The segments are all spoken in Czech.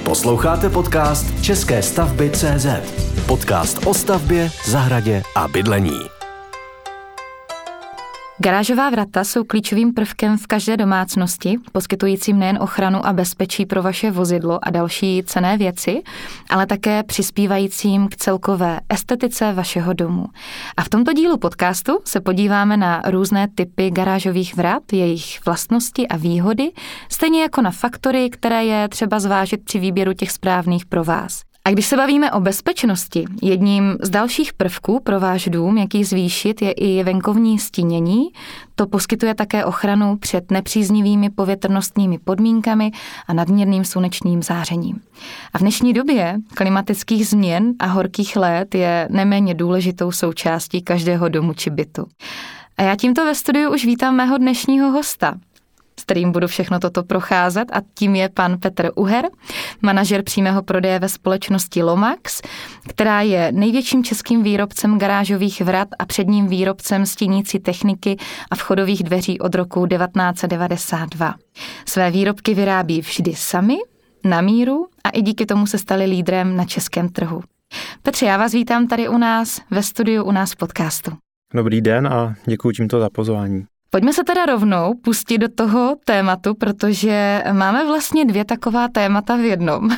Posloucháte podcast České stavby.cz. Podcast o stavbě, zahradě a bydlení. Garážová vrata jsou klíčovým prvkem v každé domácnosti, poskytujícím nejen ochranu a bezpečí pro vaše vozidlo a další cenné věci, ale také přispívajícím k celkové estetice vašeho domu. A v tomto dílu podcastu se podíváme na různé typy garážových vrat, jejich vlastnosti a výhody, stejně jako na faktory, které je třeba zvážit při výběru těch správných pro vás. A když se bavíme o bezpečnosti, jedním z dalších prvků pro váš dům, jak ji zvýšit, je i venkovní stínění. To poskytuje také ochranu před nepříznivými povětrnostními podmínkami a nadměrným slunečním zářením. A v dnešní době klimatických změn a horkých let je neméně důležitou součástí každého domu či bytu. A já tímto ve studiu už vítám mého dnešního hosta, s kterým budu všechno toto procházet, a tím je pan Petr Uher, manažer přímého prodeje ve společnosti Lomax, která je největším českým výrobcem garážových vrat a předním výrobcem stínící techniky a vchodových dveří od roku 1992. Své výrobky vyrábí vždy sami, na míru, a i díky tomu se stali lídrem na českém trhu. Petře, já vás vítám tady u nás ve studiu, u nás v podcastu. Dobrý den a děkuji tímto za pozvání. Pojďme se teda rovnou pustit do toho tématu, protože máme vlastně dvě taková témata v jednom.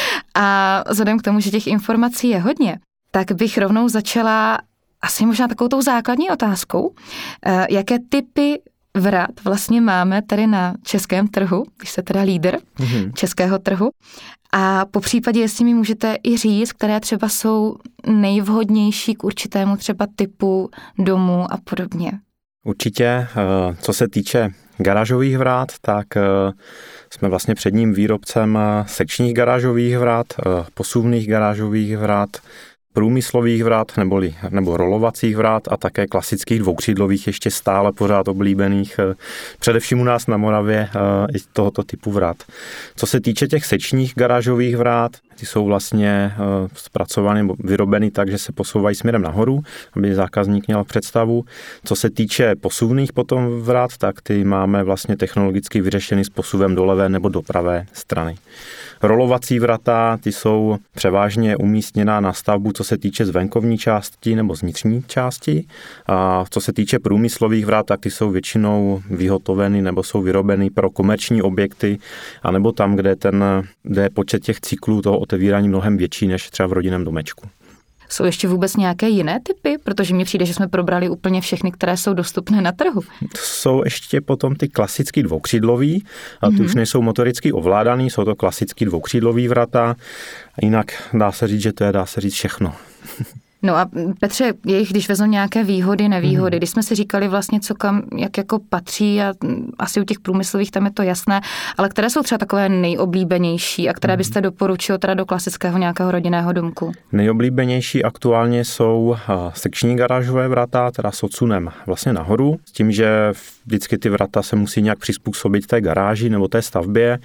A vzhledem k tomu, že těch informací je hodně, tak bych rovnou začala asi možná takovou tou základní otázkou. Jaké typy vrat vlastně máme tady na českém trhu, když jste teda lídr českého trhu? A po případě, jestli mi můžete i říct, které třeba jsou nejvhodnější k určitému třeba typu domu a podobně. Určitě, co se týče garážových vrat, tak jsme vlastně předním výrobcem sekčních garážových vrat, posuvných garážových vrat, průmyslových vrat nebo rolovacích vrat a také klasických dvoukřídlových, ještě stále pořád oblíbených, především u nás na Moravě, i tohoto typu vrat. Co se týče těch sečních garážových vrat, ty jsou vlastně zpracovány nebo vyrobeny tak, že se posouvají směrem nahoru, aby zákazník měl představu. Co se týče posuvných potom vrat, tak ty máme vlastně technologicky vyřešeny s posuvem do levé nebo do pravé strany. Rolovací vrata, ty jsou převážně umístěná na stavbu, co se týče z venkovní části nebo z vnitřní části. A co se týče průmyslových vrat, tak ty jsou většinou vyhotoveny nebo jsou vyrobeny pro komerční objekty, anebo tam, kde je počet těch cyklů toho otevírání mnohem větší než třeba v rodinném domečku. Jsou ještě vůbec nějaké jiné typy? Protože mně přijde, že jsme probrali úplně všechny, které jsou dostupné na trhu. Jsou ještě potom ty klasický dvoukřídlový, a ty už nejsou motoricky ovládaný, jsou to klasický dvoukřídlový vrata. Jinak dá se říct, že to je, dá se říct, všechno. No a Petře, když vezmu nějaké výhody, nevýhody, když jsme si říkali vlastně, co kam, jak jako patří, a asi u těch průmyslových tam je to jasné, ale které jsou třeba takové nejoblíbenější a které byste doporučil teda do klasického nějakého rodinného domku? Nejoblíbenější aktuálně jsou sekční garážové vrata, teda s odsunem vlastně nahoru, s tím, že vždycky ty vrata se musí nějak přizpůsobit té garáži nebo té stavbě.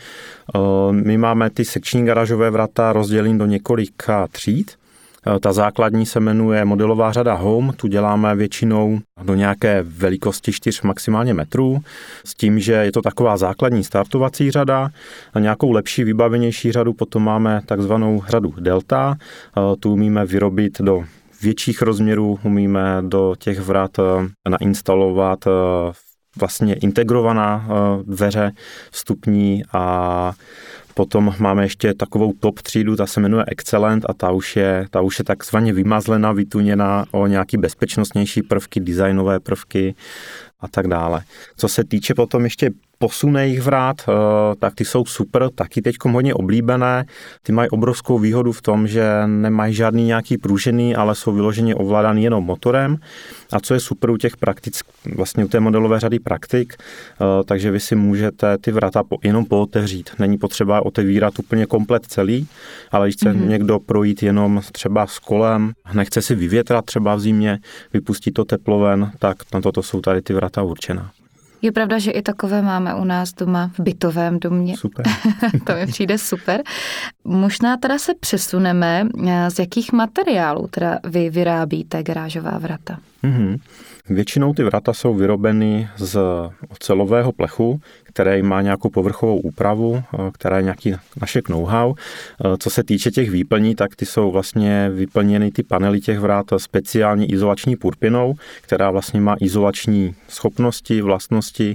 My máme ty sekční garážové vrata rozděleny do několika tříd. Ta základní se jmenuje modelová řada Home, tu děláme většinou do nějaké velikosti 4 maximálně metrů, s tím, že je to taková základní startovací řada. A nějakou lepší, vybavenější řadu potom máme takzvanou řadu Delta, tu umíme vyrobit do větších rozměrů, umíme do těch vrat nainstalovat vlastně integrovaná dveře vstupní, a potom máme ještě takovou top třídu, ta se jmenuje Excellent, a ta už je takzvaně vymazlená, vytuněná o nějaký bezpečnostnější prvky, designové prvky a tak dále. Co se týče potom ještě posuných vrat, tak ty jsou super, taky teďkom hodně oblíbené. Ty mají obrovskou výhodu v tom, že nemají žádný nějaký pružiny, ale jsou vyloženě ovládaný jenom motorem. A co je super u těch vlastně u té modelové řady Praktik, takže vy si můžete ty vrata jenom pootevřít. Není potřeba otevírat úplně komplet celý, ale když chce někdo projít jenom třeba s kolem, nechce si vyvětrat třeba v zimě, vypustit to teplo ven, tak na toto jsou tady ty vrata určená. Je pravda, že i takové máme u nás doma v bytovém domě. Super. To mi přijde super. Možná teda se přesuneme, z jakých materiálů teda vy vyrábíte garážová vrata? Většinou ty vrata jsou vyrobeny z ocelového plechu, který má nějakou povrchovou úpravu, která je nějaký naše know-how. Co se týče těch výplní, tak ty jsou vlastně vyplněny ty panely těch vrat speciální izolační purpinou, která vlastně má izolační schopnosti, vlastnosti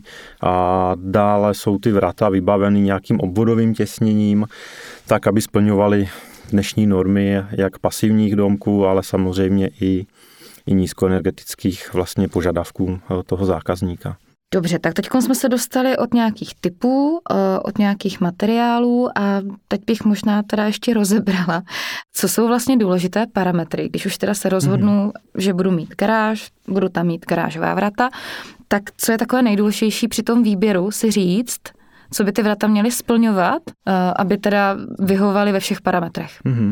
a dále jsou ty vrata vybaveny nějakým obvodovým těsněním, tak aby splňovaly dnešní normy jak pasivních domků, ale samozřejmě i nízkoenergetických vlastně požadavků toho zákazníka. Dobře, tak teď jsme se dostali od nějakých typů, od nějakých materiálů a teď bych možná teda ještě rozebrala, co jsou vlastně důležité parametry. Když už teda se rozhodnu, že budu mít garáž, budu tam mít garážová vrata, tak co je takové nejdůležitější při tom výběru si říct, co by ty vrata měly splňovat, aby teda vyhovovaly ve všech parametrech.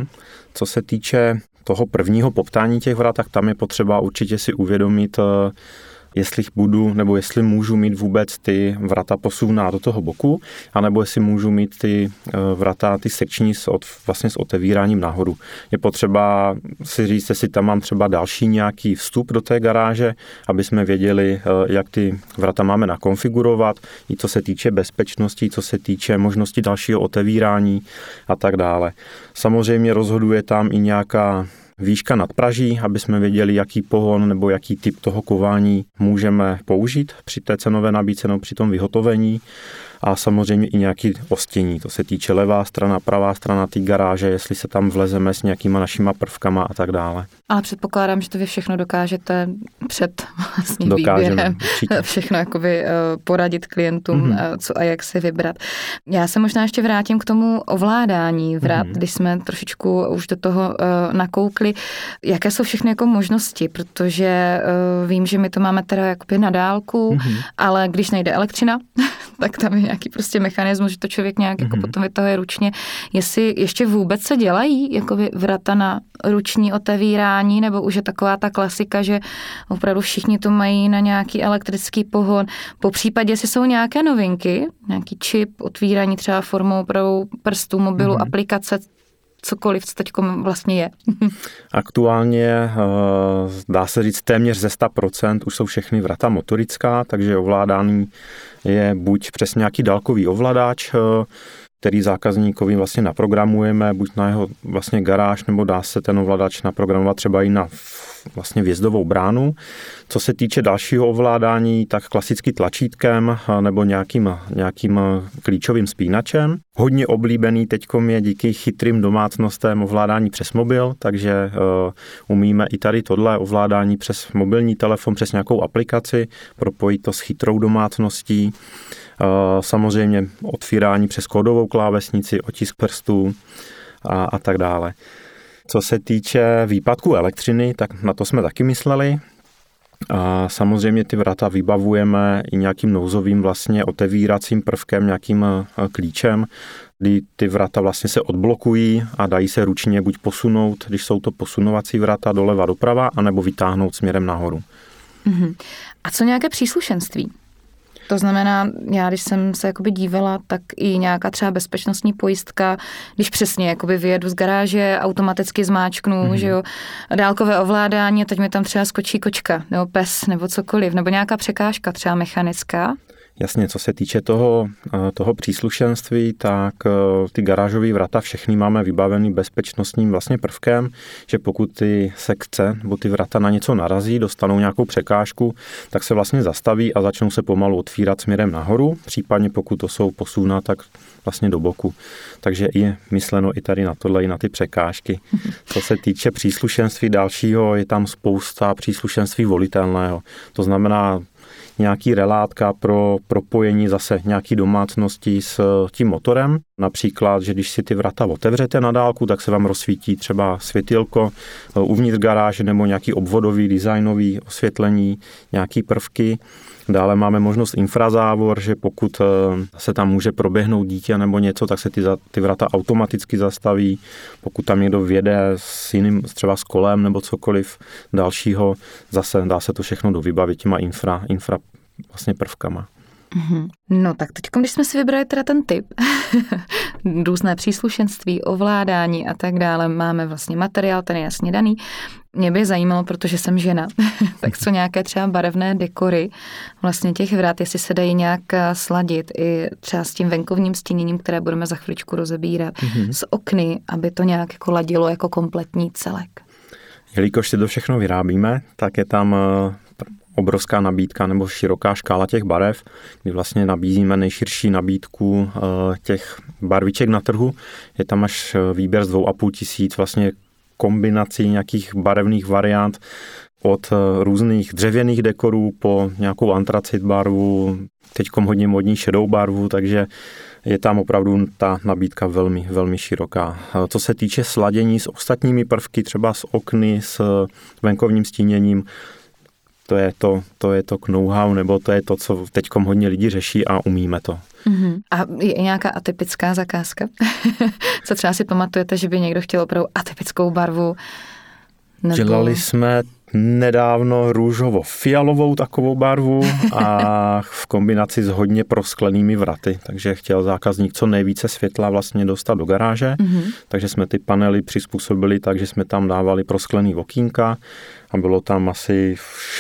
Co se týče toho prvního poptání těch vrat, tak tam je potřeba určitě si uvědomit, jestli budu nebo jestli můžu mít vůbec ty vrata posuvná do toho boku, anebo jestli můžu mít ty vrata, ty sekční vlastně s otevíráním nahoru. Je potřeba si říct, jestli tam mám třeba další nějaký vstup do té garáže, aby jsme věděli, jak ty vrata máme nakonfigurovat, i co se týče bezpečnosti, co se týče možnosti dalšího otevírání a tak dále. Samozřejmě rozhoduje tam i nějaká výška nadpraží, aby jsme věděli, jaký pohon nebo jaký typ toho kování můžeme použít při té cenové nabídce nebo při tom vyhotovení a samozřejmě i nějaký ostění. To se týče levá strana, pravá strana té garáže, jestli se tam vlezeme s nějakýma našima prvkama a tak dále. Ale předpokládám, že to vy všechno dokážete před vlastně výběrem. Všechno jakoby poradit klientům, co a jak si vybrat. Já se možná ještě vrátím k tomu ovládání vrat, když jsme trošičku už do toho nakoukli. Jaké jsou všechny jako možnosti, protože vím, že my to máme teda jakoby na dálku, ale když nejde elektřina, tak tam je nějaký prostě mechanismus, že to člověk nějak jako potom vytahuje ručně. Jestli ještě vůbec se dělají jakoby vrata na ruční otevírání, nebo už je taková ta klasika, že opravdu všichni to mají na nějaký elektrický pohon. Po případě, jestli jsou nějaké novinky, nějaký čip, otvírání třeba formou opravdu prstů, mobilu, aplikace, cokoliv, co teď vlastně je. Aktuálně dá se říct téměř ze 100% už jsou všechny vrata motorická, takže ovládání je buď přes nějaký dálkový ovladač, který zákazníkovi vlastně naprogramujeme, buď na jeho vlastně garáž, nebo dá se ten ovladač naprogramovat třeba i na vlastně vjezdovou bránu. Co se týče dalšího ovládání, tak klasicky tlačítkem nebo nějakým klíčovým spínačem. Hodně oblíbený teďkom je díky chytrým domácnostem ovládání přes mobil, takže umíme i tady tohle ovládání přes mobilní telefon, přes nějakou aplikaci, propojit to s chytrou domácností. Samozřejmě otvírání přes kódovou klávesnici, otisk prstů a tak dále. Co se týče výpadku elektřiny, tak na to jsme taky mysleli. A samozřejmě ty vrata vybavujeme i nějakým nouzovým vlastně otevíracím prvkem, nějakým klíčem, kdy ty vrata vlastně se odblokují a dají se ručně buď posunout, když jsou to posunovací vrata doleva doprava, anebo vytáhnout směrem nahoru. A co nějaké příslušenství? To znamená, já když jsem se jakoby dívala, tak i nějaká třeba bezpečnostní pojistka, když přesně jakoby vyjedu z garáže, automaticky zmáčknu, že jo, dálkové ovládání a teď mi tam třeba skočí kočka, nebo pes, nebo cokoliv, nebo nějaká překážka třeba mechanická. Jasně, co se týče toho příslušenství, tak ty garážové vrata všechny máme vybavený bezpečnostním vlastně prvkem, že pokud ty sekce nebo ty vrata na něco narazí, dostanou nějakou překážku, tak se vlastně zastaví a začnou se pomalu otvírat směrem nahoru, případně pokud to jsou posuvná, tak vlastně do boku. Takže je mysleno i tady na tohle, i na ty překážky. Co se týče příslušenství dalšího, je tam spousta příslušenství volitelného. To znamená nějaký relátka pro propojení zase nějaký domácnosti s tím motorem. Například, že když si ty vrata otevřete na dálku, tak se vám rozsvítí třeba světilko uvnitř garáže nebo nějaký obvodový designový osvětlení, nějaký prvky. Dále máme možnost infrazávor, že pokud se tam může proběhnout dítě nebo něco, tak se ty vrata automaticky zastaví. Pokud tam někdo vjede s jiným, třeba s kolem nebo cokoliv dalšího, zase dá se to všechno dovybavit těma infra vlastně prvkama. No tak teď, když jsme si vybrali teda ten typ, různé příslušenství, ovládání a tak dále, máme vlastně materiál, ten je jasně daný. Mě by zajímalo, protože jsem žena, tak co nějaké třeba barevné dekory vlastně těch vrat, jestli se dají nějak sladit i třeba s tím venkovním stíněním, které budeme za chviličku rozebírat, s okny, aby to nějak jako ladilo jako kompletní celek. Jelikož si to všechno vyrábíme, tak je tam obrovská nabídka nebo široká škála těch barev, kdy vlastně nabízíme nejširší nabídku těch barviček na trhu. Je tam až výběr z 2,5 tisíc vlastně kombinací nějakých barevných variant od různých dřevěných dekorů po nějakou antracit barvu, teďkom hodně modní šedou barvu, takže je tam opravdu ta nabídka velmi, velmi široká. Co se týče sladění s ostatními prvky, třeba s okny, s venkovním stíněním, to je to know-how, nebo to je to, co teďkom hodně lidí řeší a umíme to. A je nějaká atypická zakázka? Co třeba si pamatujete, že by někdo chtěl opravdu atypickou barvu? Nebo... Dělali jsme nedávno růžovo-fialovou takovou barvu a v kombinaci s hodně prosklenými vraty, takže chtěl zákazník co nejvíce světla vlastně dostat do garáže, takže jsme ty panely přizpůsobili tak, že jsme tam dávali prosklený okýnka a bylo tam asi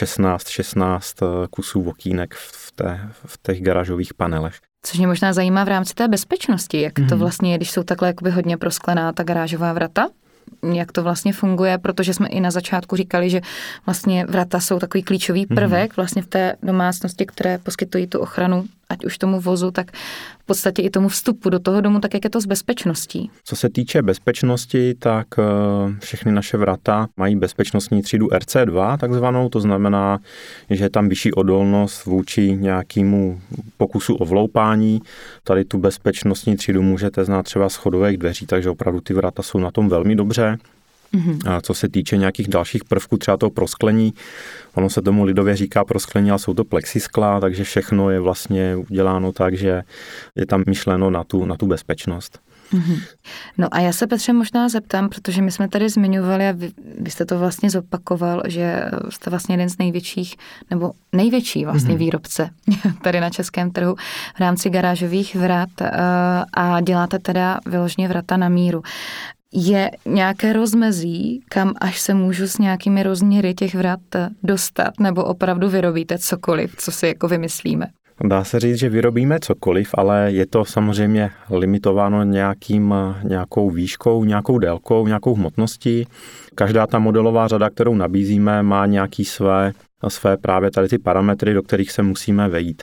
16 kusů okýnek v těch garážových panelech. Což mě možná zajímá v rámci té bezpečnosti, jak to vlastně je, když jsou takhle jakoby hodně prosklená ta garážová vrata? Jak to vlastně funguje, protože jsme i na začátku říkali, že vlastně vrata jsou takový klíčový prvek vlastně v té domácnosti, které poskytují tu ochranu, ať už tomu vozu, tak v podstatě i tomu vstupu do toho domu, tak jak je to s bezpečností? Co se týče bezpečnosti, tak všechny naše vrata mají bezpečnostní třídu RC2 takzvanou, to znamená, že je tam vyšší odolnost vůči nějakému pokusu o vloupání. Tady tu bezpečnostní třídu můžete znát třeba z chodových dveří, takže opravdu ty vrata jsou na tom velmi dobře. A co se týče nějakých dalších prvků, třeba toho prosklení, ono se tomu lidově říká prosklení, ale jsou to plexiskla, takže všechno je vlastně uděláno tak, že je tam myšleno na tu bezpečnost. No a já se, Petře, možná zeptám, protože my jsme tady zmiňovali a vy jste to vlastně zopakoval, že jste vlastně jeden z největších, nebo největší vlastně výrobce tady na českém trhu v rámci garážových vrat a děláte teda vyloženě vrata na míru. Je nějaké rozmezí, kam až se můžu s nějakými rozměry těch vrat dostat, nebo opravdu vyrobíte cokoliv, co si jako vymyslíme? Dá se říct, že vyrobíme cokoliv, ale je to samozřejmě limitováno nějakou výškou, nějakou délkou, nějakou hmotností. Každá ta modelová řada, kterou nabízíme, má nějaký své právě tady ty parametry, do kterých se musíme vejít.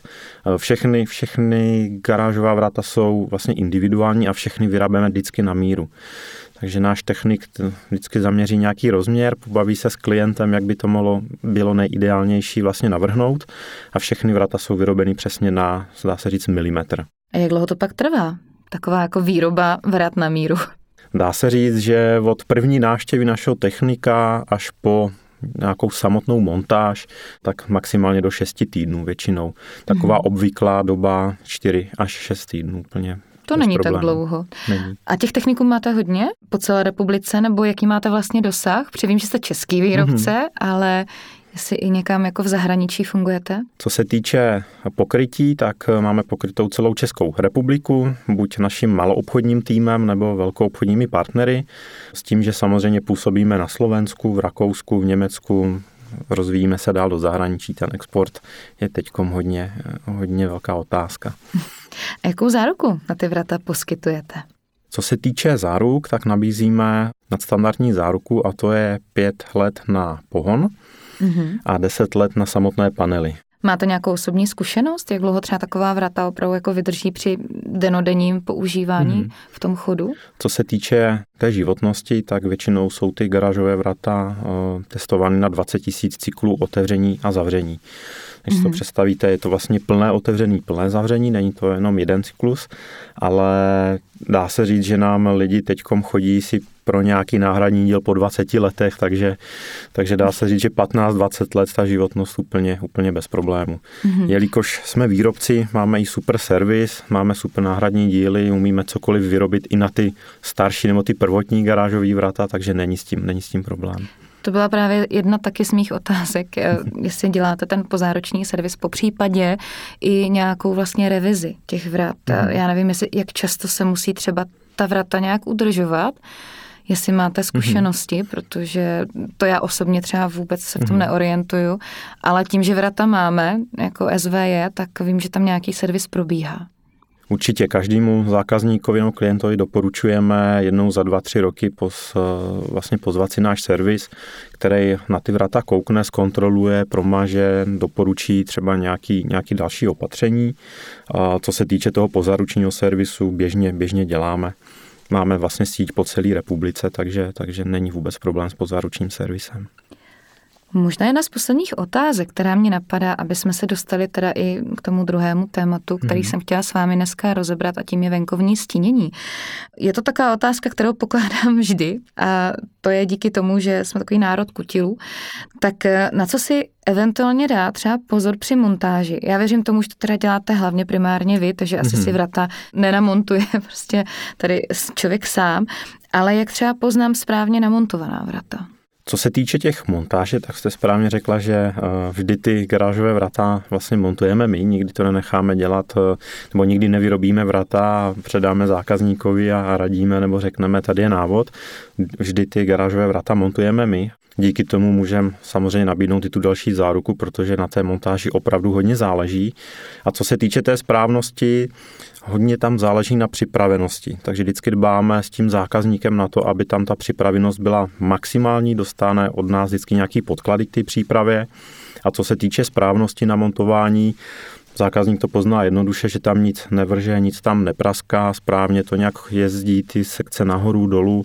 Všechny garážová vrata jsou vlastně individuální a všechny vyrábíme vždycky na míru. Takže náš technik vždycky zaměří nějaký rozměr, pobaví se s klientem, jak by to bylo nejideálnější vlastně navrhnout a všechny vrata jsou vyrobeny přesně na, dá se říct, milimetr. A jak dlouho to pak trvá? Taková jako výroba vrat na míru. Dá se říct, že od první návštěvy našeho technika až po nějakou samotnou montáž, tak maximálně do 6 týdnů většinou. Taková obvyklá doba 4 až 6 týdnů úplně. To není tak dlouho. Není. A těch techniků máte hodně po celé republice, nebo jaký máte vlastně dosah? Protože vím, že jste český výrobce, ale jestli i někam jako v zahraničí fungujete? Co se týče pokrytí, tak máme pokrytou celou Českou republiku, buď naším maloobchodním týmem nebo velkoobchodními partnery, s tím, že samozřejmě působíme na Slovensku, v Rakousku, v Německu, rozvíjíme se dál do zahraničí, ten export je teďkom hodně velká otázka. A jakou záruku na ty vrata poskytujete? Co se týče záruk, tak nabízíme nadstandardní záruku a to je 5 let na pohon a 10 let na samotné panely. Máte nějakou osobní zkušenost, jak dlouho třeba taková vrata opravdu jako vydrží při dennodenním používání v tom chodu? Co se týče té životnosti, tak většinou jsou ty garážové vrata testovány na 20 000 cyklů otevření a zavření. Když si to představíte, je to vlastně plné otevření, plné zavření, není to jenom jeden cyklus, ale dá se říct, že nám lidi teďkom chodí si pro nějaký náhradní díl po 20 letech, takže dá se říct, že 15-20 let ta životnost úplně bez problému. Jelikož jsme výrobci, máme i super servis, máme super náhradní díly, umíme cokoliv vyrobit i na ty starší nebo ty prvotní garážové vrata, takže není s tím problém. To byla právě jedna taky z mých otázek, jestli děláte ten pozároční servis, popřípadě i nějakou vlastně revizi těch vrat. Já nevím, jak často se musí třeba ta vrata nějak udržovat, jestli máte zkušenosti, protože to já osobně třeba vůbec se v tom neorientuju, ale tím, že vrata máme jako SVJ, tak vím, že tam nějaký servis probíhá. Určitě každému zákazníkovi nebo klientovi doporučujeme jednou za 2-3 roky vlastně pozvat si náš servis, který na ty vrata koukne, zkontroluje, promaže, doporučí třeba nějaký další opatření. A co se týče toho pozáručního servisu, běžně děláme. Máme vlastně síť po celé republice, takže není vůbec problém s pozáručním servisem. Možná jedna z posledních otázek, která mě napadá, aby jsme se dostali teda i k tomu druhému tématu, který jsem chtěla s vámi dneska rozebrat, a tím je venkovní stínění. Je to taková otázka, kterou pokládám vždy, a to je díky tomu, že jsme takový národ kutilů. Tak na co si eventuálně dá třeba pozor při montáži? Já věřím tomu, že to teda děláte hlavně primárně vy, takže asi si vrata nenamontuje prostě tady člověk sám, ale jak třeba poznám správně namontovaná vrata? Co se týče těch montáže, tak jste správně řekla, že vždy ty garážové vrata vlastně montujeme my, nikdy to nenecháme dělat, nebo nikdy nevyrobíme vrata a předáme zákazníkovi a radíme, nebo řekneme, tady je návod. Vždy ty garážové vrata montujeme my. Díky tomu můžeme samozřejmě nabídnout i tu další záruku, protože na té montáži opravdu hodně záleží. A co se týče té správnosti, hodně tam záleží na připravenosti. Takže vždycky dbáme s tím zákazníkem na to, aby tam ta připravenost byla maximální, dostane od nás vždycky nějaký podklady k té přípravě. A co se týče správnosti na montování, zákazník to pozná jednoduše, že tam nic nevrže, nic tam nepraská, správně to nějak jezdí, ty sekce nahoru, dolů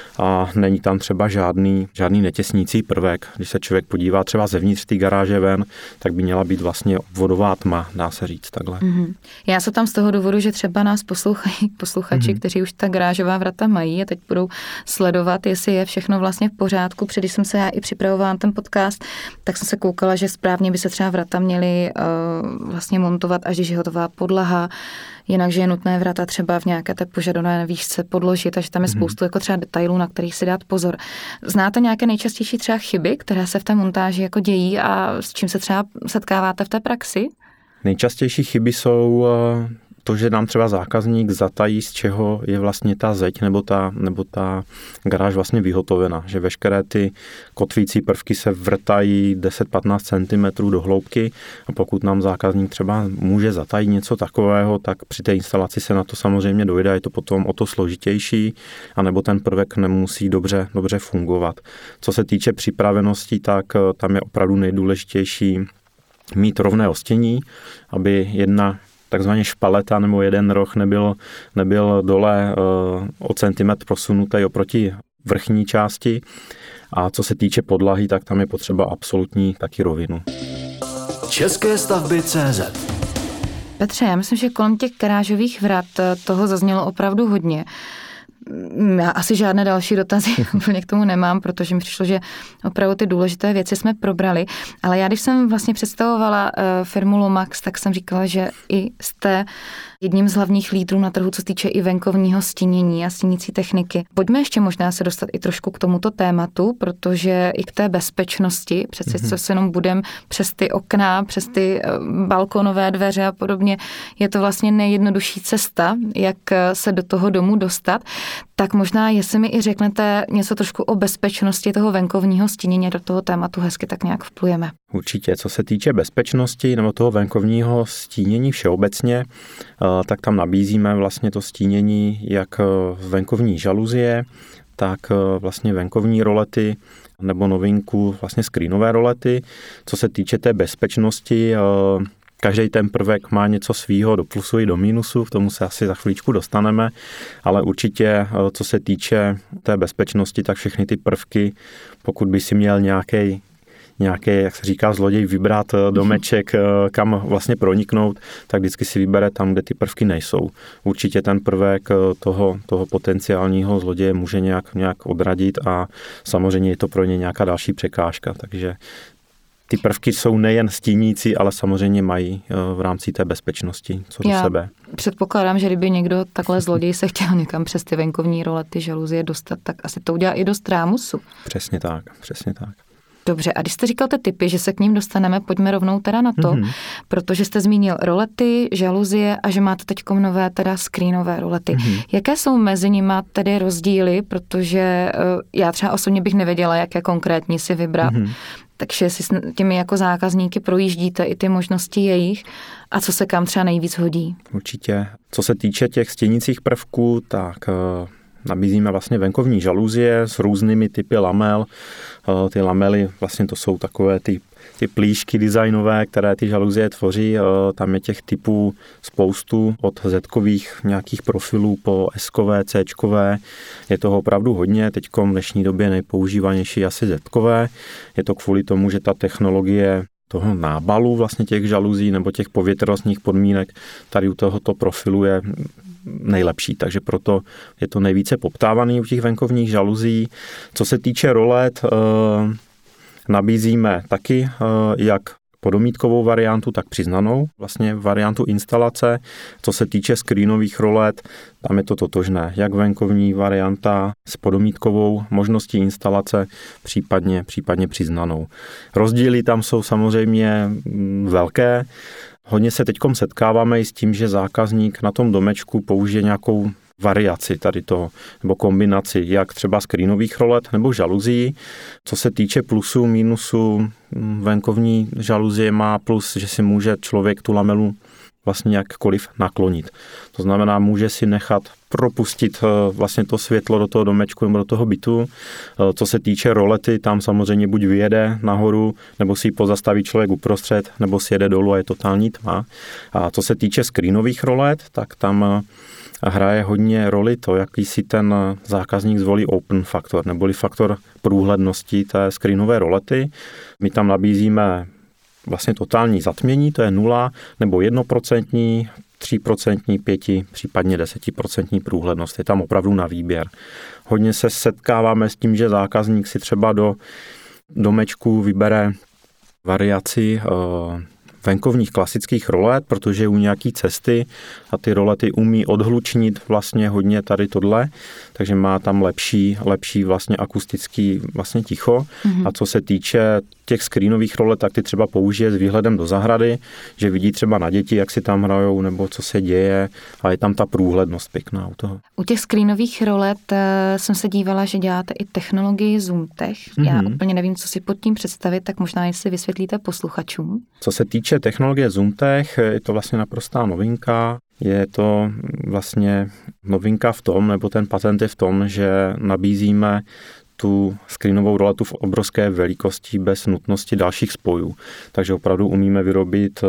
a není tam třeba žádný netěsnící prvek. Když se člověk podívá třeba zevnitř té garáže ven, tak by měla být vlastně obvodová tma, dá se říct takhle. Já se tam z toho důvodu, že třeba nás poslouchají posluchači, kteří už ta garážová vrata mají a teď budou sledovat, jestli je všechno vlastně v pořádku. Když jsem se já i připravovala na ten podcast, tak jsem se koukala, že správně by se třeba vrata měly vlastně montovat, až když je hotová podlaha, jinak, že je nutné vrata třeba v nějaké té požadované výšce podložit, takže tam je spoustu jako třeba detailů, na kterých si dát pozor. Znáte nějaké nejčastější třeba chyby, které se v té montáži jako dějí a s čím se třeba setkáváte v té praxi? Nejčastější chyby jsou to, že nám třeba zákazník zatají, z čeho je vlastně ta zeď nebo ta garáž vlastně vyhotovena, že veškeré ty kotvící prvky se vrtají 10-15 cm do hloubky a pokud nám zákazník třeba může zatajit něco takového, tak při té instalaci se na to samozřejmě dojde, je to potom o to složitější, anebo ten prvek nemusí dobře fungovat. Co se týče připravenosti, tak tam je opravdu nejdůležitější mít rovné ostění, aby jedna takzvaně špaleta nebo jeden roh nebyl dole o centimetr prosunutý oproti vrchní části. A co se týče podlahy, tak tam je potřeba absolutní taky rovinu. České stavby.cz. Petře, já myslím, že kolem těch garážových vrat toho zaznělo opravdu hodně. Já asi žádné další dotazy úplně k tomu nemám, protože mi přišlo, že opravdu ty důležité věci jsme probrali, ale já když jsem vlastně představovala firmu Lomax, tak jsem říkala, že i jste jedním z hlavních lídrů na trhu, co se týče i venkovního stínění a stínící techniky. Pojďme ještě možná se dostat i trošku k tomuto tématu, protože i k té bezpečnosti, přeci co se jenom budeme přes ty okna, přes ty balkonové dveře a podobně, je to vlastně nejjednodušší cesta, jak se do toho domu dostat. Tak možná, jestli mi i řeknete něco trošku o bezpečnosti toho venkovního stínění, do toho tématu hezky tak nějak vplujeme. Určitě, co se týče bezpečnosti nebo toho venkovního stínění všeobecně, tak tam nabízíme vlastně to stínění jak venkovní žaluzie, tak vlastně venkovní rolety nebo novinku vlastně screenové rolety. Co se týče té bezpečnosti, každý ten prvek má něco svýho do plusu i do mínusu, k tomu se asi za chvíličku dostaneme, ale určitě, co se týče té bezpečnosti, tak všechny ty prvky, pokud by si měl nějaký, jak se říká zloděj, vybrat domeček, kam vlastně proniknout, tak vždycky si vybere tam, kde ty prvky nejsou. Určitě ten prvek toho potenciálního zloděje může nějak odradit a samozřejmě je to pro ně nějaká další překážka, takže Ty prvky jsou nejen stínící, ale samozřejmě mají v rámci té bezpečnosti co do sebe. Předpokládám, že kdyby někdo takhle zloděj se chtěl někam přes ty venkovní rolety žaluzie dostat, tak asi to udělá i dost rámusu. Přesně tak. Dobře, a když jste říkal ty typy, že se k ním dostaneme, pojďme rovnou teda na to, protože jste zmínil rolety, žaluzie a že máte teďkom nové teda screenové rolety. Jaké jsou mezi nimi tedy rozdíly, protože já třeba osobně bych nevěděla, jaké konkrétní si vybrat. Takže si s těmi jako zákazníky projíždíte i ty možnosti jejich a co se kam třeba nejvíc hodí. Určitě. Co se týče těch stěnících prvků, tak nabízíme vlastně venkovní žaluzie s různými typy lamel. Ty lamely, vlastně to jsou takové ty plíšky designové, které ty žaluzie tvoří. Tam je těch typů spoustu, od Z-kových nějakých profilů po S-kové, C-čkové. Je toho opravdu hodně. Teď v dnešní době nejpoužívanější asi Z-kové. Je to kvůli tomu, že ta technologie toho nábalu vlastně těch žaluzí nebo těch povětrnostních podmínek tady u tohoto profilu je nejlepší, takže proto je to nejvíce poptávaný u těch venkovních žaluzí. Co se týče rolet, nabízíme taky jak podomítkovou variantu, tak přiznanou vlastně variantu instalace. Co se týče screenových rolet, tam je to totožné, jak venkovní varianta s podomítkovou možností instalace, případně přiznanou. Rozdíly tam jsou samozřejmě velké. Hodně se teďkom setkáváme i s tím, že zákazník na tom domečku použije nějakou variaci tady toho, nebo kombinaci, jak třeba screenových rolet nebo žaluzí. Co se týče plusů, minusů, venkovní žaluzie má plus, že si může člověk tu lamelu vlastně jakkoliv naklonit. To znamená, může si nechat propustit vlastně to světlo do toho domečku nebo do toho bytu. Co se týče rolety, tam samozřejmě buď vyjede nahoru, nebo si ji pozastaví člověk uprostřed, nebo si jede dolů a je totální tma. A co se týče screenových rolet, tak tam hraje hodně roli to, jaký si ten zákazník zvolí open faktor, neboli faktor průhlednosti té screenové rolety. My tam nabízíme vlastně totální zatmění, to je 0 nebo 1%, 3%, 5%, případně 10% průhlednost. Je tam opravdu na výběr. Hodně se setkáváme s tím, že zákazník si třeba do domečku vybere variaci venkovních klasických rolet, protože je u nějaký cesty a ty rolety umí odhlučnit vlastně hodně tady tohle, takže má tam lepší vlastně akustický vlastně ticho. A co se týče těch screenových rolet, tak ty třeba použije s výhledem do zahrady, že vidí třeba na děti, jak si tam hrajou, nebo co se děje, a je tam ta průhlednost pěkná u toho. U těch screenových rolet jsem se dívala, že děláte i technologii ZoomTech. Já úplně nevím, co si pod tím představit, tak možná jestli vysvětlíte posluchačům. Co se týče technologie ZoomTech, je to vlastně naprostá novinka. Je to vlastně novinka v tom, nebo ten patent je v tom, že nabízíme tu screenovou roletu v obrovské velikosti bez nutnosti dalších spojů. Takže opravdu umíme vyrobit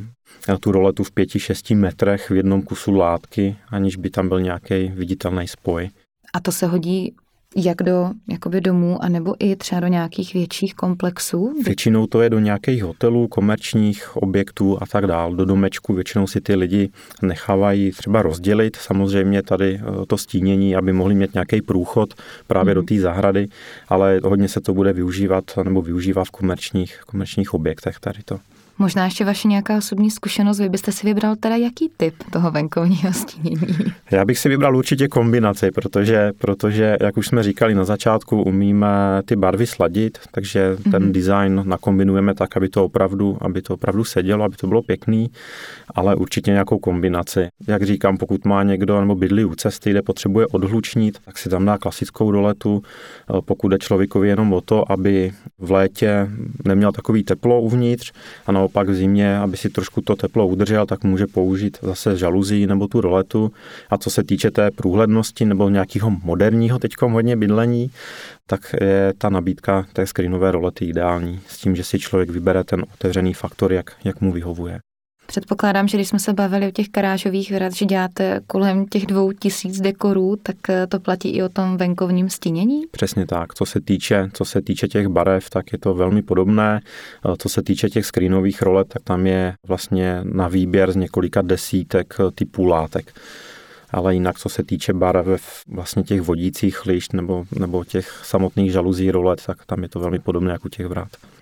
tu roletu v 5-6 metrech v jednom kusu látky, aniž by tam byl nějaký viditelný spoj. A to se hodí jak do jakoby domů, anebo i třeba do nějakých větších komplexů? Většinou to je do nějakých hotelů, komerčních objektů a tak dál. Do domečku většinou si ty lidi nechávají třeba rozdělit. Samozřejmě tady to stínění, aby mohli mít nějaký průchod právě do té zahrady, ale hodně se to bude využívat nebo využívá v komerčních objektech tady to. Možná ještě vaše nějaká osobní zkušenost, vy byste si vybral teda jaký typ toho venkovního stínění? Já bych si vybral určitě kombinaci, protože jak už jsme říkali na začátku, umíme ty barvy sladit, takže ten design nakombinujeme tak, aby to opravdu sedělo, aby to bylo pěkný, ale určitě nějakou kombinaci. Jak říkám, pokud má někdo nebo bydlí u cesty, kde potřebuje odhlučnit, tak si tam dá klasickou roletu. Pokud jde člověkovi jenom o to, aby v létě neměl takový teplo uvnitř a naopak v zimě, aby si trošku to teplo udržel, tak může použít zase žaluzí nebo tu roletu. A co se týče té průhlednosti nebo nějakého moderního teďkom hodně bydlení, tak je ta nabídka té screenové rolety ideální s tím, že si člověk vybere ten otevřený faktor, jak mu vyhovuje. Předpokládám, že když jsme se bavili o těch garážových vrat, že děláte kolem těch 2000 dekorů, tak to platí i o tom venkovním stínění? Přesně tak. Co se týče těch barev, tak je to velmi podobné. Co se týče těch screenových rolet, tak tam je vlastně na výběr z několika desítek typů látek. Ale jinak, co se týče barev vlastně těch vodících lišt nebo těch samotných žaluzí rolet, tak tam je to velmi podobné jako těch vrat.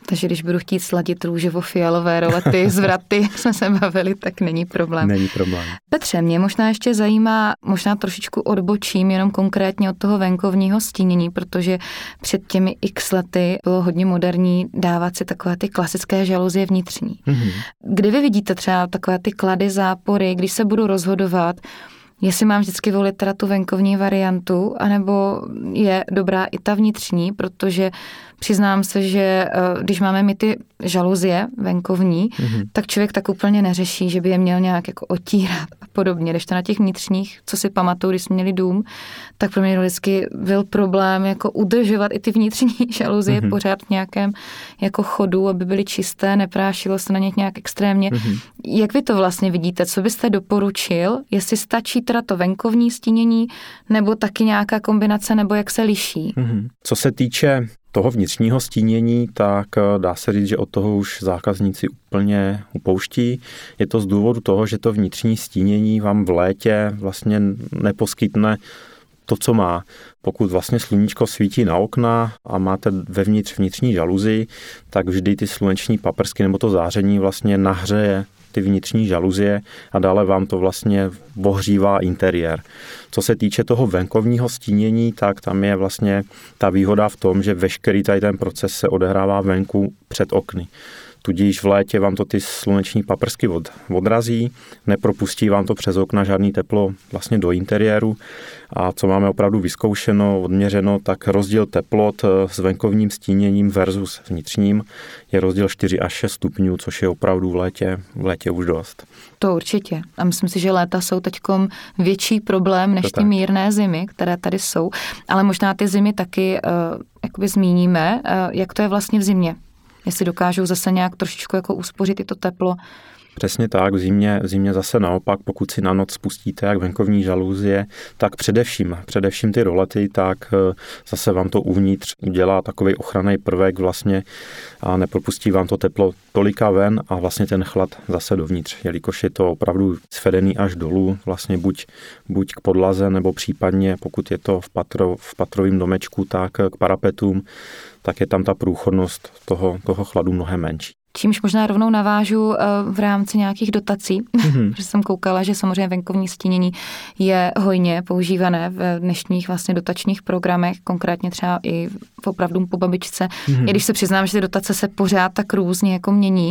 Takže když budu chtít sladit růžovo-fialové rolety z vraty, jsme se bavili, tak není problém. Není problém. Petře, mě možná ještě zajímá, možná trošičku odbočím, jenom konkrétně od toho venkovního stínění, protože před těmi x lety bylo hodně moderní dávat si takové ty klasické žaluzie vnitřní. Mm-hmm. Kdy vy vidíte třeba takové ty klady, zápory, když se budu rozhodovat, jestli mám vždycky volit teda tu venkovní variantu, anebo je dobrá i ta vnitřní, protože přiznám se, že když máme my ty žaluzie venkovní, tak člověk tak úplně neřeší, že by je měl nějak jako otírat a podobně. Když to na těch vnitřních, co si pamatuju, když jsme měli dům, tak pro mě vždycky byl problém jako udržovat i ty vnitřní žaluzie pořád v nějakém jako chodu, aby byly čisté, neprášilo se na ně nějak extrémně. Jak vy to vlastně vidíte? Co byste doporučil? Jestli stačí teda to venkovní stínění, nebo taky nějaká kombinace, nebo jak se liší? Co se týče toho vnitřního stínění, tak dá se říct, že od toho už zákazníci úplně upouští. Je to z důvodu toho, že to vnitřní stínění vám v létě vlastně neposkytne to, co má. Pokud vlastně sluníčko svítí na okna a máte vevnitř vnitřní žaluzi, tak vždy ty sluneční paprsky nebo to záření vlastně nahřeje ty vnitřní žaluzie a dále vám to vlastně ohřívá interiér. Co se týče toho venkovního stínění, tak tam je vlastně ta výhoda v tom, že veškerý tady ten proces se odehrává venku před okny. Tudíž v létě vám to ty sluneční paprsky odrazí, nepropustí vám to přes okna žádný teplo vlastně do interiéru. A co máme opravdu vyzkoušeno, odměřeno, tak rozdíl teplot s venkovním stíněním versus vnitřním je rozdíl 4 až 6 stupňů, což je opravdu v létě už dost. To určitě. A myslím si, že léta jsou teďkom větší problém než ty mírné zimy, které tady jsou. Ale možná ty zimy taky jakoby zmíníme, jak to je vlastně v zimě. Jestli dokážou zase nějak trošičku jako uspořit i to teplo. Přesně tak, v zimě zase naopak, pokud si na noc spustíte jak venkovní žaluzie, tak především ty rolety, tak zase vám to uvnitř udělá takový ochranný prvek vlastně a nepropustí vám to teplo tolika ven a vlastně ten chlad zase dovnitř, jelikož je to opravdu svedený až dolů, vlastně buď k podlaze, nebo případně, pokud je to v patrovém domečku, tak k parapetům, tak je tam ta průchodnost toho chladu mnohem menší. Čímž možná rovnou navážu v rámci nějakých dotací, protože jsem koukala, že samozřejmě venkovní stínění je hojně používané v dnešních vlastně dotačních programech, konkrétně třeba i v Opravdu po babičce. I když se přiznám, že ty dotace se pořád tak různě jako mění,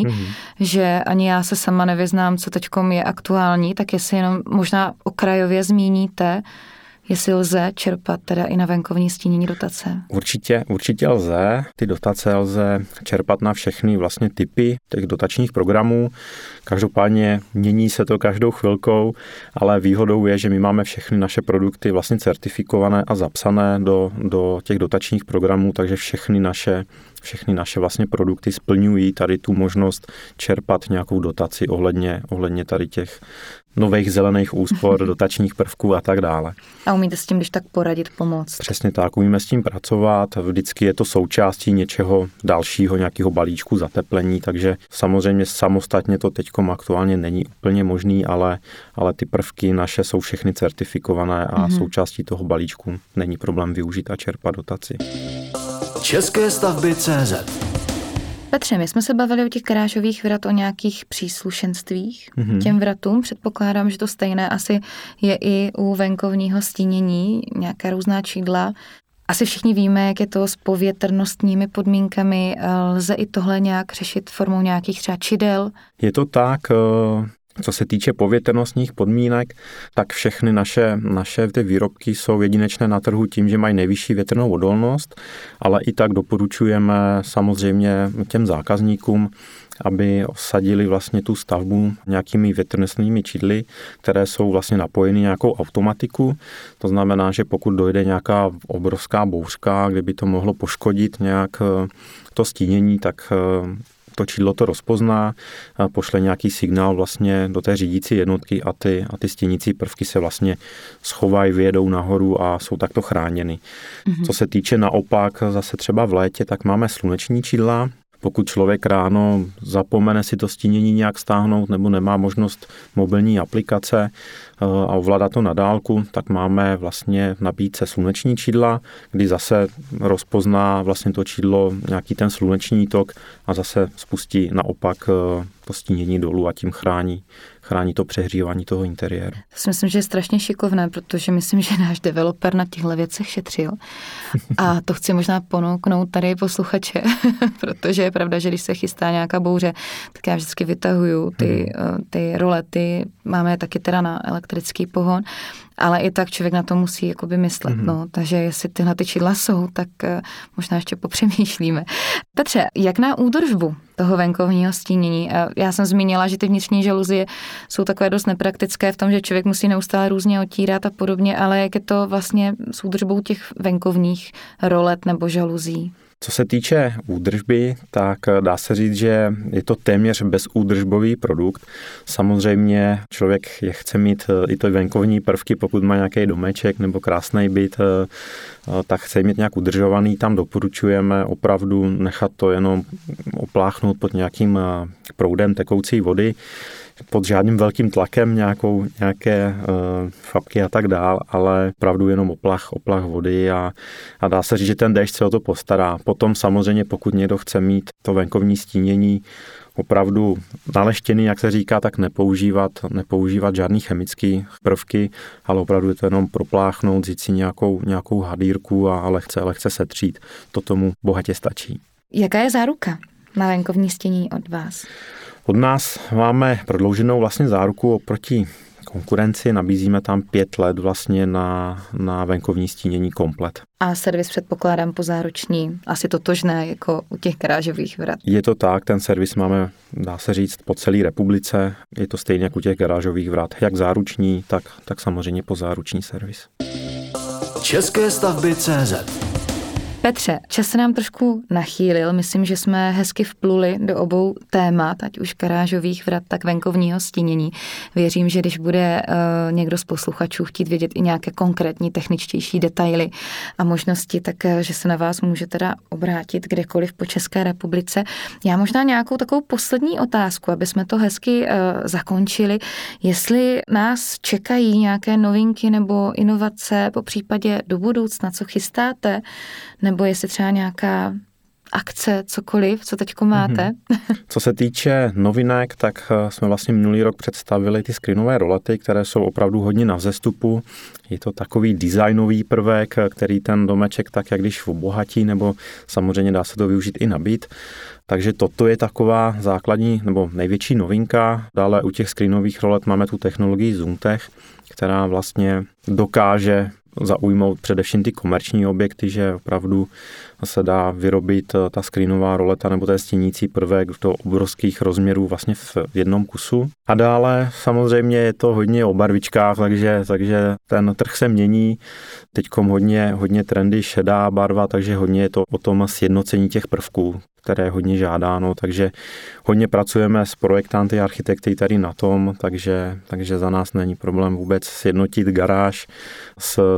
že ani já se sama nevyznám, co teďkom je aktuální, tak jestli jenom možná okrajově zmíníte, jestli lze čerpat teda i na venkovní stínění dotace? Určitě lze. Ty dotace lze čerpat na všechny vlastně typy těch dotačních programů. Každopádně mění se to každou chvilkou, ale výhodou je, že my máme všechny naše produkty vlastně certifikované a zapsané do těch dotačních programů, takže všechny naše vlastně produkty splňují tady tu možnost čerpat nějakou dotaci ohledně tady těch nových zelených úspor, dotačních prvků a tak dále. A umíte s tím, když tak poradit, pomoct? Přesně tak, umíme s tím pracovat. Vždycky je to součástí něčeho dalšího, nějakého balíčku zateplení, takže samozřejmě samostatně to teďkom aktuálně není úplně možný, ale ty prvky naše jsou všechny certifikované a součástí toho balíčku není problém využít a čerpat dotaci. České stavby.cz. Petře, my jsme se bavili o těch garážových vrat, o nějakých příslušenstvích těm vratům. Předpokládám, že to stejné asi je i u venkovního stínění, nějaká různá čidla. Asi všichni víme, jak je to s povětrnostními podmínkami. Lze i tohle nějak řešit formou nějakých třeba čidel? Je to tak. Co se týče povětrnostních podmínek, tak všechny naše ty výrobky jsou jedinečné na trhu tím, že mají nejvyšší větrnou odolnost, ale i tak doporučujeme samozřejmě těm zákazníkům, aby osadili vlastně tu stavbu nějakými větrnostními čidly, které jsou vlastně napojeny nějakou automatiku. To znamená, že pokud dojde nějaká obrovská bouřka, kde by to mohlo poškodit nějak to stínění, tak to čidlo to rozpozná, pošle nějaký signál vlastně do té řídící jednotky a ty stínící prvky se vlastně schovají, vyjedou nahoru a jsou takto chráněny. Co se týče naopak zase třeba v létě, tak máme sluneční čidla. pokud člověk ráno zapomene si to stínění nějak stáhnout nebo nemá možnost mobilní aplikace a ovládat to na dálku, tak máme vlastně v nabídce sluneční čidla, kdy zase rozpozná vlastně to čidlo nějaký ten sluneční tok a zase spustí naopak to stínění dolů a tím chrání to přehřívání toho interiéru. To si myslím, že je strašně šikovné, protože myslím, že náš developer na těchto věcech šetřil. A to chci možná ponouknout tady posluchače, protože je pravda, že když se chystá nějaká bouře, tak já vždycky vytahuju ty rolety, máme je taky teda na elektrický pohon, ale i tak člověk na to musí jakoby myslet. No, takže jestli tyhle ty čidla jsou, tak možná ještě popřemýšlíme. Petře, jak na údržbu toho venkovního stínění? Já jsem zmínila, že ty vnitřní žaluzie jsou takové dost nepraktické v tom, že člověk musí neustále různě otírat a podobně, ale jak je to vlastně s údržbou těch venkovních rolet nebo žaluzí? Co se týče údržby, tak dá se říct, že je to téměř bezúdržbový produkt. Samozřejmě člověk chce mít i ty venkovní prvky, pokud má nějaký domeček nebo krásný byt, tak chce mít nějak udržovaný. Tam doporučujeme opravdu nechat to jenom opláchnout pod nějakým proudem tekoucí vody, pod žádným velkým tlakem, nějaké fabky a tak dál, ale opravdu jenom oplach vody a dá se říct, že ten déšť se o to postará. Potom samozřejmě, pokud někdo chce mít to venkovní stínění opravdu naleštěný, jak se říká, tak nepoužívat žádný chemický prvky, ale opravdu je to jenom propláchnout, vzít si nějakou hadýrku a lehce setřít. To tomu bohatě stačí. Jaká je záruka na venkovní stínění od vás? Od nás máme prodlouženou vlastně záruku oproti konkurenci, nabízíme tam 5 let vlastně na venkovní stínění komplet. A servis předpokládám pozáruční, asi totožné jako u těch garážových vrat. Je to tak, ten servis máme, dá se říct, po celé republice, je to stejně jako u těch garážových vrat, jak záruční, tak samozřejmě pozáruční servis. České stavby.cz. Petře, čas se nám trošku nachýlil, myslím, že jsme hezky vpluli do obou témat, ať už garážových vrat, tak venkovního stínění. Věřím, že když bude někdo z posluchačů chtít vědět i nějaké konkrétní techničtější detaily a možnosti, tak že se na vás může teda obrátit kdekoliv po České republice. Já možná nějakou takovou poslední otázku, aby jsme to hezky zakončili. Jestli nás čekají nějaké novinky nebo inovace, po případě do budoucna, co chystáte, nebo jestli třeba nějaká akce, cokoliv, co teďko máte? Co se týče novinek, tak jsme vlastně minulý rok představili ty screenové rolety, které jsou opravdu hodně na vzestupu. Je to takový designový prvek, který ten domeček tak jak když obohatí, nebo samozřejmě dá se to využít i na byt. Takže toto je taková základní nebo největší novinka. Dále u těch screenových rolet máme tu technologii ZoomTech, která vlastně dokáže zaujmout především ty komerční objekty, že opravdu se dá vyrobit ta screenová roleta nebo ten stínící prvek do hodně rozměrů vlastně v jednom kusu. A dále samozřejmě je to hodně o barvičkách, takže ten trh se mění. Teďkom hodně trendy šedá barva, takže hodně je to o tom sjednocení těch prvků, které je hodně žádáno, takže hodně pracujeme s projektanty a architekty tady na tom, takže za nás není problém vůbec sjednotit garáž s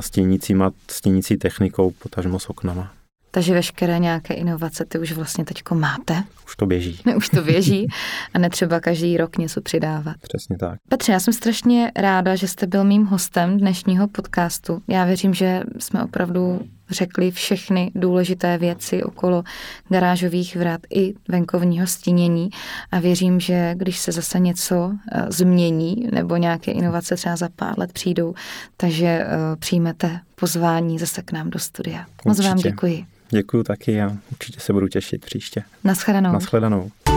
stínící technikou, potažmo s oknama. Takže veškeré nějaké inovace ty už vlastně teďko máte. Už to běží. Už to běží a netřeba každý rok něco přidávat. Přesně tak. Petře, já jsem strašně ráda, že jste byl mým hostem dnešního podcastu. Já věřím, že jsme opravdu řekli všechny důležité věci okolo garážových vrat i venkovního stínění a věřím, že když se zase něco změní nebo nějaké inovace třeba za pár let přijdou, takže přijmete pozvání zase k nám do studia. Moc vám děkuji. Děkuju taky a určitě se budu těšit příště. Naschledanou. Naschledanou.